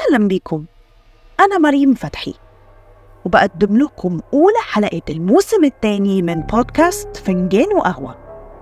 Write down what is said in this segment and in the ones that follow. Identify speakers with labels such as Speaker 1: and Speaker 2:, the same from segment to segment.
Speaker 1: أهلا بكم. أنا مريم فتحي وبقدم لكم أولى حلقة الموسم الثاني من بودكاست فنجان وقهوة.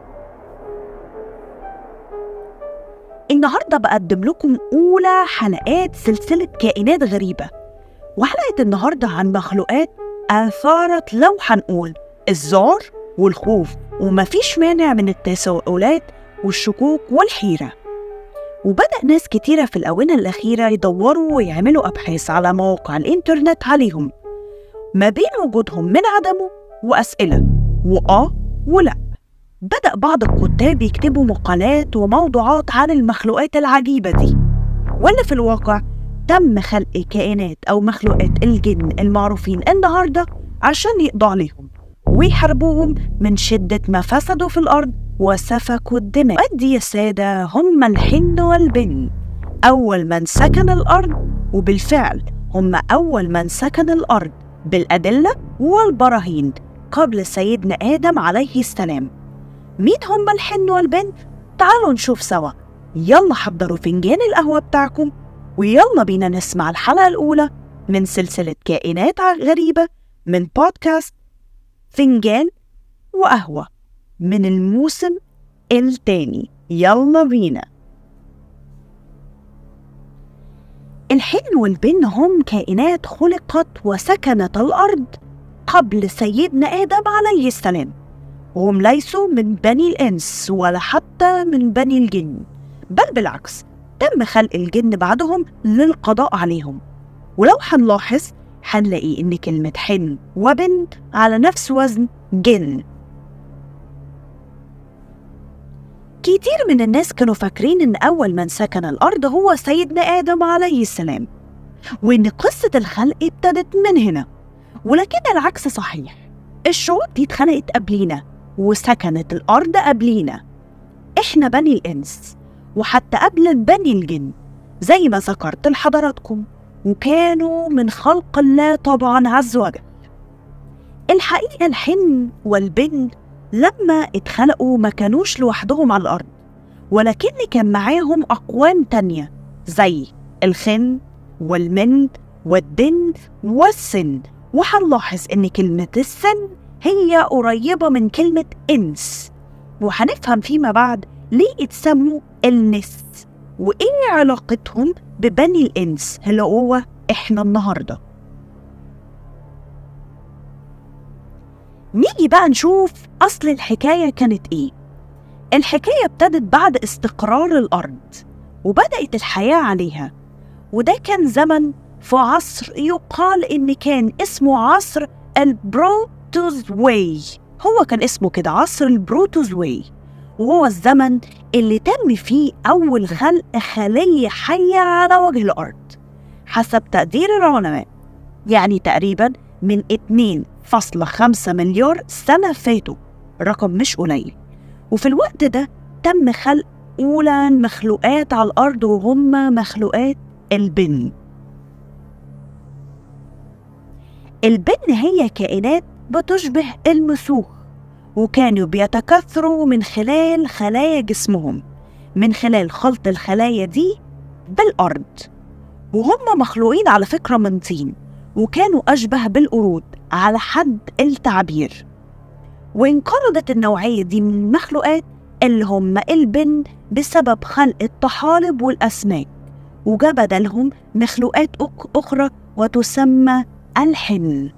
Speaker 1: النهاردة بقدم لكم أولى حلقات سلسلة كائنات غريبة، وحلقة النهاردة عن مخلوقات أثارت لو هنقول الذعر والخوف، ومفيش مانع من التساؤلات والشكوك والحيرة. وبدأ ناس كتيرة في الآونة الأخيرة يدوروا ويعملوا أبحاث على مواقع الإنترنت عليهم، ما بين وجودهم من عدمه وأسئلة ولا. بدأ بعض الكتاب يكتبوا مقالات وموضوعات عن المخلوقات العجيبة دي، واللي في الواقع تم خلق كائنات أو مخلوقات الجن المعروفين النهاردة عشان يقضوا عليهم ويحاربوهم من شدة ما فسدوا في الأرض وسفكوا الدماء. دي يا سادة هم الحن والبن، أول من سكن الأرض، وبالفعل هم أول من سكن الأرض بالأدلة والبراهين قبل سيدنا آدم عليه السلام. مين هم الحن والبن؟ تعالوا نشوف سوا. يلا حضروا فنجان القهوة بتاعكم ويلا بينا نسمع الحلقة الأولى من سلسلة كائنات غريبة من بودكاست فنجان وقهوة من الموسم الثاني. يلا بينا. الحن والبن هم كائنات خلقت وسكنت الأرض قبل سيدنا آدم عليه السلام، وهم ليسوا من بني الإنس ولا حتى من بني الجن، بل بالعكس تم خلق الجن بعدهم للقضاء عليهم. ولو هنلاحظ هنلاقي إن كلمة حن وبن على نفس وزن جن. كتير من الناس كانوا فاكرين إن أول من سكن الأرض هو سيدنا آدم عليه السلام، وإن قصة الخلق ابتدت من هنا، ولكن العكس صحيح. الشعوب دي اتخلقت قبلينا وسكنت الأرض قبلينا، إحنا بني الإنس وحتى قبل بني الجن زي ما ذكرت لحضراتكم، وكانوا من خلق الله طبعا عز وجل. الحقيقة الحن والبن لما اتخلقوا ما كانوش لوحدهم على الأرض، ولكن كان معاهم أقوام تانية زي الخن والمن والدن والسن. وهنلاحظ إن كلمة السن هي قريبة من كلمة إنس، وهنفهم فيما بعد ليه اتسموا النس وإيه علاقتهم ببني الإنس اللي هو إحنا النهاردة. نيجي بقى نشوف أصل الحكاية كانت إيه. الحكاية ابتدت بعد استقرار الأرض وبدأت الحياة عليها، وده كان زمن في عصر يقال إن كان اسمه عصر البروتوزواي. هو كان اسمه كده عصر البروتوزواي، وهو الزمن اللي تم فيه أول خلق خلية حية على وجه الأرض حسب تقدير العلماء، يعني تقريبا من 2.5 مليار سنة فاتوا، رقم مش قليل. وفي الوقت ده تم خلق أولى مخلوقات على الأرض، وهم مخلوقات البن. البن هي كائنات بتشبه المسوخ، وكانوا بيتكاثروا من خلال خلايا جسمهم، من خلال خلط الخلايا دي بالأرض. وهم مخلوقين على فكرة من طين، وكانوا أشبه بالقرود على حد التعبير. وانقرضت النوعية دي من المخلوقات اللي هم البن بسبب خلق الطحالب والأسماك، وجاء بدلهم مخلوقات أخرى وتسمى الحن.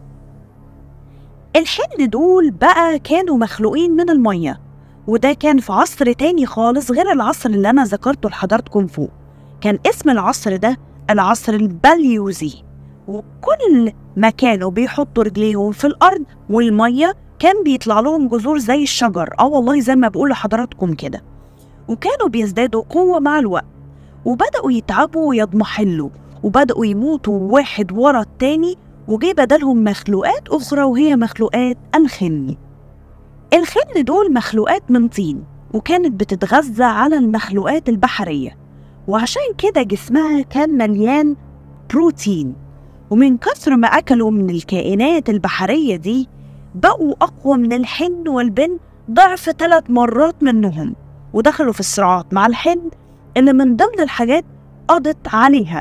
Speaker 1: الحن دول بقى كانوا مخلوقين من المية، وده كان في عصر تاني خالص غير العصر اللي أنا ذكرته لحضراتكم فوق. كان اسم العصر ده العصر البليوزي، وكل ما كانوا بيحطوا رجليهم في الأرض والمية كان بيطلع لهم جذور زي الشجر، والله زي ما بقول لحضراتكم كده. وكانوا بيزدادوا قوة مع الوقت، وبدأوا يتعبوا ويضمحلوا، وبدأوا يموتوا واحد ورا التاني، وجي بدلهم مخلوقات أخرى وهي مخلوقات الخن. الخن دول مخلوقات من طين، وكانت بتتغذى على المخلوقات البحرية، وعشان كده جسمها كان مليان بروتين. ومن كثر ما أكلوا من الكائنات البحرية دي بقوا أقوى من الحن والبن ضعف 3 مرات منهم، ودخلوا في الصراعات مع الحن اللي من ضمن الحاجات قضت عليها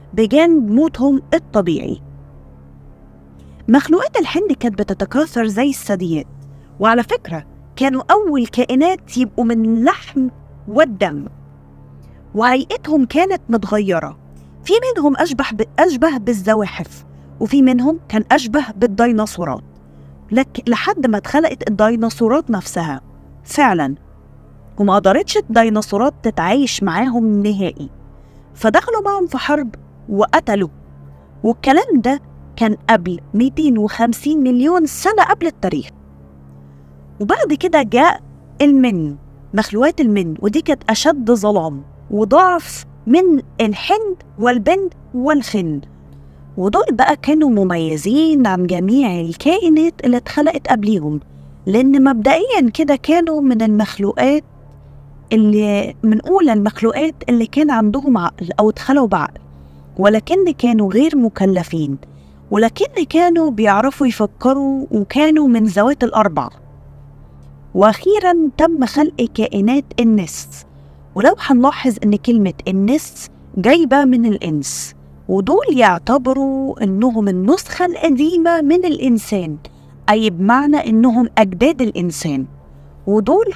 Speaker 1: بجانب موتهم الطبيعي. مخلوقات الحن كانت بتتكاثر زي الثدييات، وعلى فكرة كانوا أول كائنات يبقوا من اللحم والدم، وهيئتهم كانت متغيرة. في منهم أشبه بالزواحف، وفي منهم كان أشبه بالديناصورات، لحد ما اتخلقت الديناصورات نفسها فعلا، وما قدرتش الديناصورات تتعايش معاهم نهائي، فدخلوا معهم في حرب وقتلوا. والكلام ده كان قبل 250 مليون سنة قبل التاريخ. وبعد كده جاء المن، مخلوقات المن، ودي كانت أشد ظلام وضعف من الحن والبن والخن، ودول بقى كانوا مميزين عن جميع الكائنات اللي اتخلقت قبليهم، لأن مبدئيا كده كانوا من المخلوقات اللي من أولى المخلوقات اللي كان عندهم عقل أو اتخلقوا بعقل، ولكن كانوا غير مكلفين، ولكن كانوا بيعرفوا يفكروا، وكانوا من ذوات الأربع. وأخيرا تم خلق كائنات النس، ولو هنلاحظ أن كلمة النس جايبة من الإنس، ودول يعتبروا أنهم النسخة القديمة من الإنسان، أي بمعنى أنهم أجداد الإنسان. ودول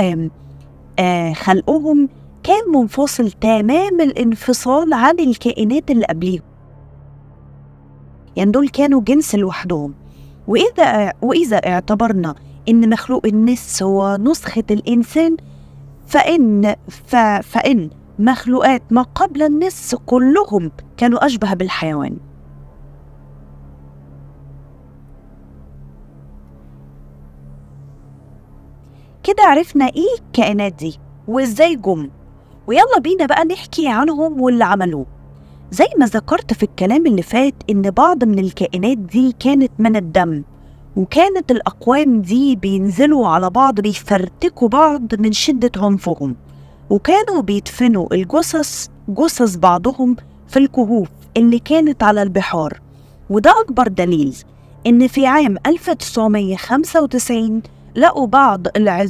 Speaker 1: خلقهم كان منفصل تمام الانفصال عن الكائنات اللي قبليهم، يعني دول كانوا جنس لوحدهم. وإذا اعتبرنا إن مخلوق النس هو نسخة الإنسان، فإن مخلوقات ما قبل النس كلهم كانوا أشبه بالحيوان. كده عرفنا إيه الكائنات دي وإزاي جم، ويلا بينا بقى نحكي عنهم واللي عملوه. زي ما ذكرت في الكلام اللي فات إن بعض من الكائنات دي كانت من الدم، وكانت الأقوام دي بينزلوا على بعض بيفرتكوا بعض من شدة عنفهم، وكانوا بيدفنوا جثث بعضهم في الكهوف اللي كانت على البحار. وده أكبر دليل إن في عام 1995 لقوا بعض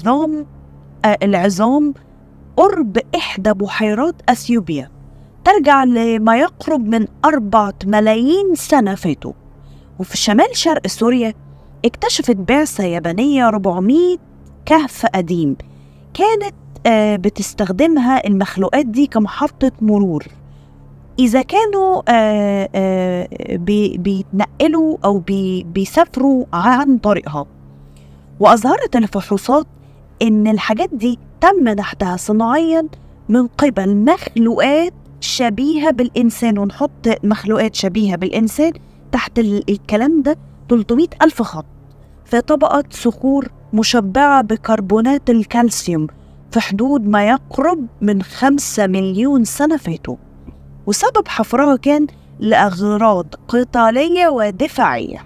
Speaker 1: العظام قرب إحدى بحيرات أثيوبيا، ترجع لما يقرب من 4 ملايين سنة فاتوا. وفي شمال شرق سوريا اكتشفت بعثة يابانية 400 كهف قديم كانت بتستخدمها المخلوقات دي كمحطة مرور إذا كانوا بيتنقلوا أو بيسافروا عن طريقها. وأظهرت الفحوصات إن الحاجات دي تم نحتها صناعيا من قبل مخلوقات شبيهة بالإنسان، ونحط مخلوقات شبيهة بالإنسان تحت الكلام ده 300 ألف خط في طبقة صخور مشبعة بكربونات الكالسيوم في حدود ما يقرب من 5 مليون سنة فاتوا. وسبب حفرها كان لأغراض قتالية ودفاعية.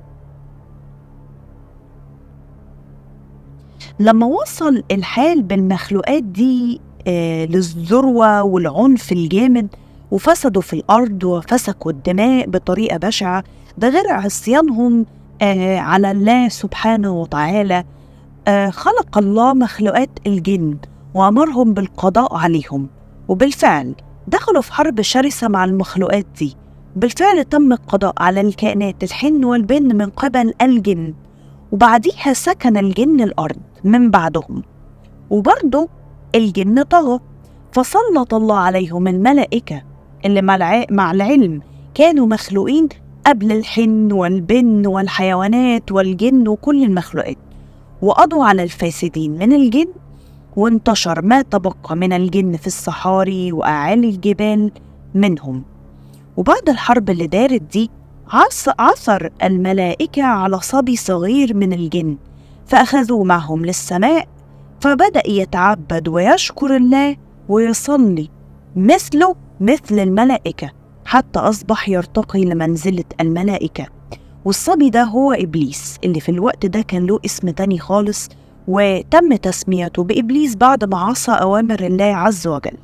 Speaker 1: لما وصل الحال بالمخلوقات دي للذروة والعنف الجامد، وفسدوا في الأرض وفسكوا الدماء بطريقة بشعة، ده غير عصيانهم على الله سبحانه وتعالى، خلق الله مخلوقات الجن وأمرهم بالقضاء عليهم. وبالفعل دخلوا في حرب شرسة مع المخلوقات دي. بالفعل تم القضاء على الكائنات الحن والبن من قبل الجن، وبعديها سكن الجن الأرض من بعدهم. وبرضه الجن طغى، فسلط الله عليهم الملائكة اللي مع العلم كانوا مخلوقين قبل الحن والبن والحيوانات والجن وكل المخلوقات، وقضوا على الفاسدين من الجن، وانتشر ما تبقى من الجن في الصحاري وأعالي الجبال منهم. وبعد الحرب اللي دارت دي عثر الملائكة على صبي صغير من الجن، فأخذوه معهم للسماء، فبدأ يتعبد ويشكر الله ويصلي مثل الملائكة، حتى أصبح يرتقي لمنزلة الملائكة. والصبي ده هو إبليس، اللي في الوقت ده كان له اسم تاني خالص، وتم تسميته بإبليس بعد ما عصى أوامر الله عز وجل.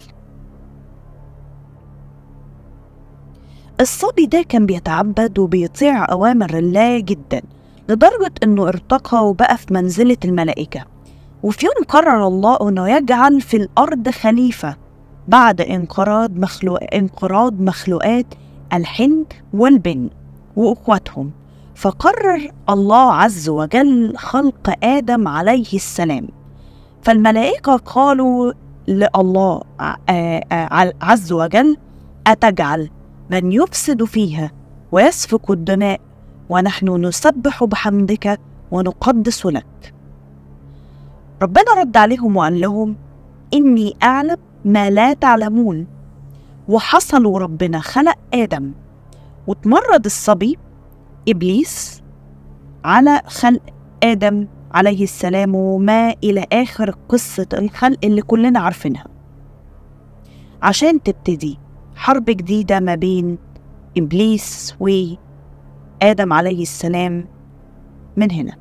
Speaker 1: الصبي ده كان بيتعبد وبيطيع أوامر الله جدا، لدرجة أنه ارتقى وبقى في منزلة الملائكة. وفي يوم قرر الله أنه يجعل في الأرض خليفة بعد انقراض مخلوقات الحن والبن وأخواتهم. فقرر الله عز وجل خلق آدم عليه السلام. فالملائكة قالوا لله عز وجل: أتجعل من يفسد فيها ويسفك الدماء ونحن نسبح بحمدك ونقدس لك؟ ربنا رد عليهم وقال لهم: إني أعلم ما لا تعلمون. وحصلوا ربنا خلق آدم، واتمرد الصبي إبليس على خلق آدم عليه السلام، وما إلى آخر قصة الخلق اللي كلنا عارفينها، عشان تبتدي حرب جديدة ما بين إبليس وآدم عليه السلام من هنا.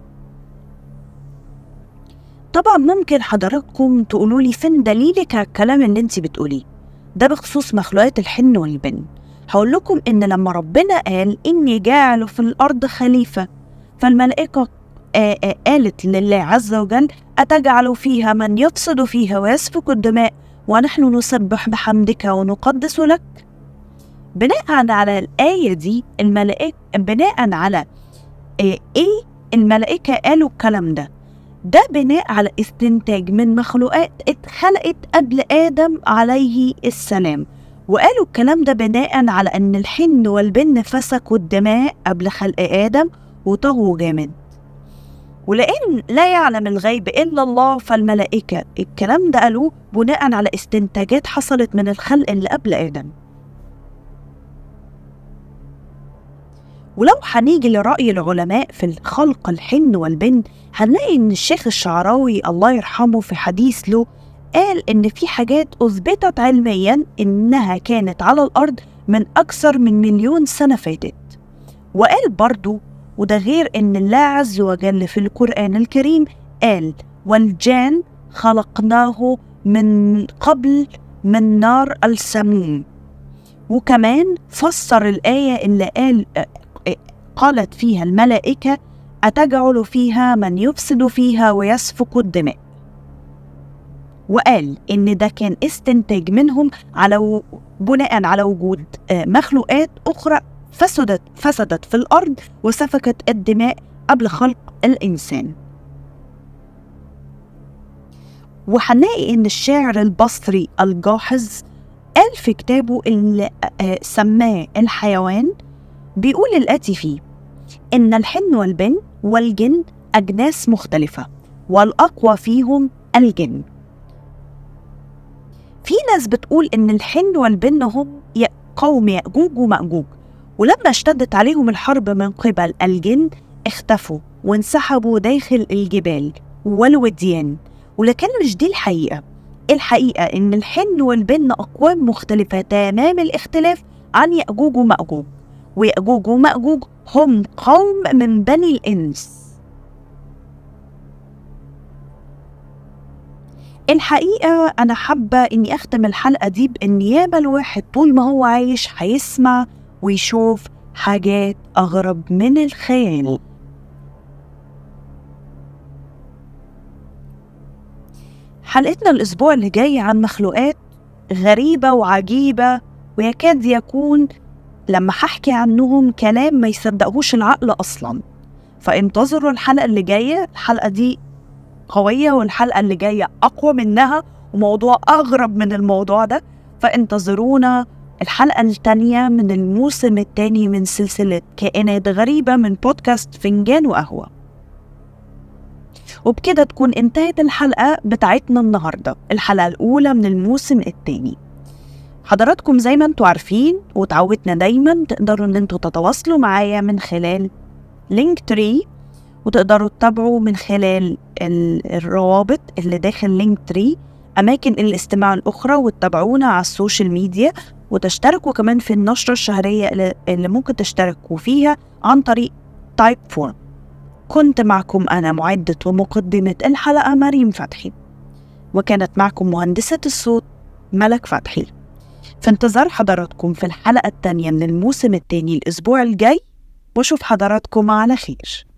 Speaker 1: طبعا ممكن حضراتكم تقولوا لي: فين دليلك على الكلام اللي انت بتقوليه ده بخصوص مخلوقات الحن والبن؟ هقول لكم إن لما ربنا قال: إني جاعل في الأرض خليفة، فالملائكة قالت لله عز وجل: أتجعل فيها من يفسد فيها ويسفك الدماء ونحن نسبح بحمدك ونقدس لك. بناء على الآية دي الملائكة، بناء على إيه الملائكة قالوا الكلام ده بناء على استنتاج من مخلوقات اتخلقت قبل آدم عليه السلام. وقالوا الكلام ده بناء على أن الحن والبن فسكوا الدماء قبل خلق آدم وطغوا جامد. ولأن لا يعلم الغيب إلا الله، فالملائكة الكلام ده قالوه بناء على استنتاجات حصلت من الخلق اللي قبل آدم. ولو هنيجي لرأي العلماء في خلق الحن والبن، هنلاقي إن الشيخ الشعراوي الله يرحمه في حديث له قال إن في حاجات أثبتت علميا إنها كانت على الأرض من أكثر من 1,000,000 سنة فاتت. وقال برضو، وده غير إن الله عز وجل في القرآن الكريم قال: والجان خلقناه من قبل من نار السموم. وكمان فسر الآية اللي قالت فيها الملائكة: أتجعل فيها من يفسد فيها ويسفك الدماء. وقال إن ده كان استنتاج منهم على بناء على وجود مخلوقات أخرى فسدت في الأرض وسفكت الدماء قبل خلق الإنسان. وهنلاقي إن الشاعر البصري الجاحظ قال في كتابه اللي سماه الحيوان، بيقول الآتي فيه: إن الحن والبن والجن أجناس مختلفة، والأقوى فيهم الجن. في ناس بتقول إن الحن والبن هم قوم يأجوج ومأجوج، ولما اشتدت عليهم الحرب من قبل الجن اختفوا وانسحبوا داخل الجبال والوديان. ولكن مش دي الحقيقة. الحقيقة إن الحن والبن أقوام مختلفة تمام الاختلاف عن يأجوج ومأجوج. ويأجوج ومأجوج هم قوم من بني الإنس. الحقيقة أنا حابة إني أختم الحلقة دي بإن ياما الواحد طول ما هو عايش هيسمع ويشوف حاجات أغرب من الخيال. حلقتنا الأسبوع اللي جاي عن مخلوقات غريبة وعجيبة، ويكاد يكون لما هحكي عنهم كلام ما يصدقهوش العقل أصلا. فانتظروا الحلقة اللي جاية. الحلقة دي قوية، والحلقة اللي جاية أقوى منها، وموضوع أغرب من الموضوع ده. فانتظرونا الحلقة الثانية من الموسم الثاني من سلسلة كائنات غريبة من بودكاست فنجان وقهوة. وبكده تكون انتهت الحلقة بتاعتنا النهاردة، الحلقة الأولى من الموسم الثاني. حضراتكم زي ما انتوا عارفين وتعودنا دايما تقدروا ان انتوا تتواصلوا معايا من خلال لينكتري، وتقدروا تتابعوا من خلال الروابط اللي داخل لينكتري أماكن الاستماع الأخرى، وتتابعونا على السوشيال ميديا، وتشتركوا كمان في النشرة الشهرية اللي ممكن تشتركوا فيها عن طريق تايب فورم. كنت معكم أنا معدة ومقدمة الحلقة مريم فتحي، وكانت معكم مهندسة الصوت ملك فتحي. في انتظار حضراتكم في الحلقة الثانية من الموسم الثاني الأسبوع الجاي، واشوف حضراتكم على خير.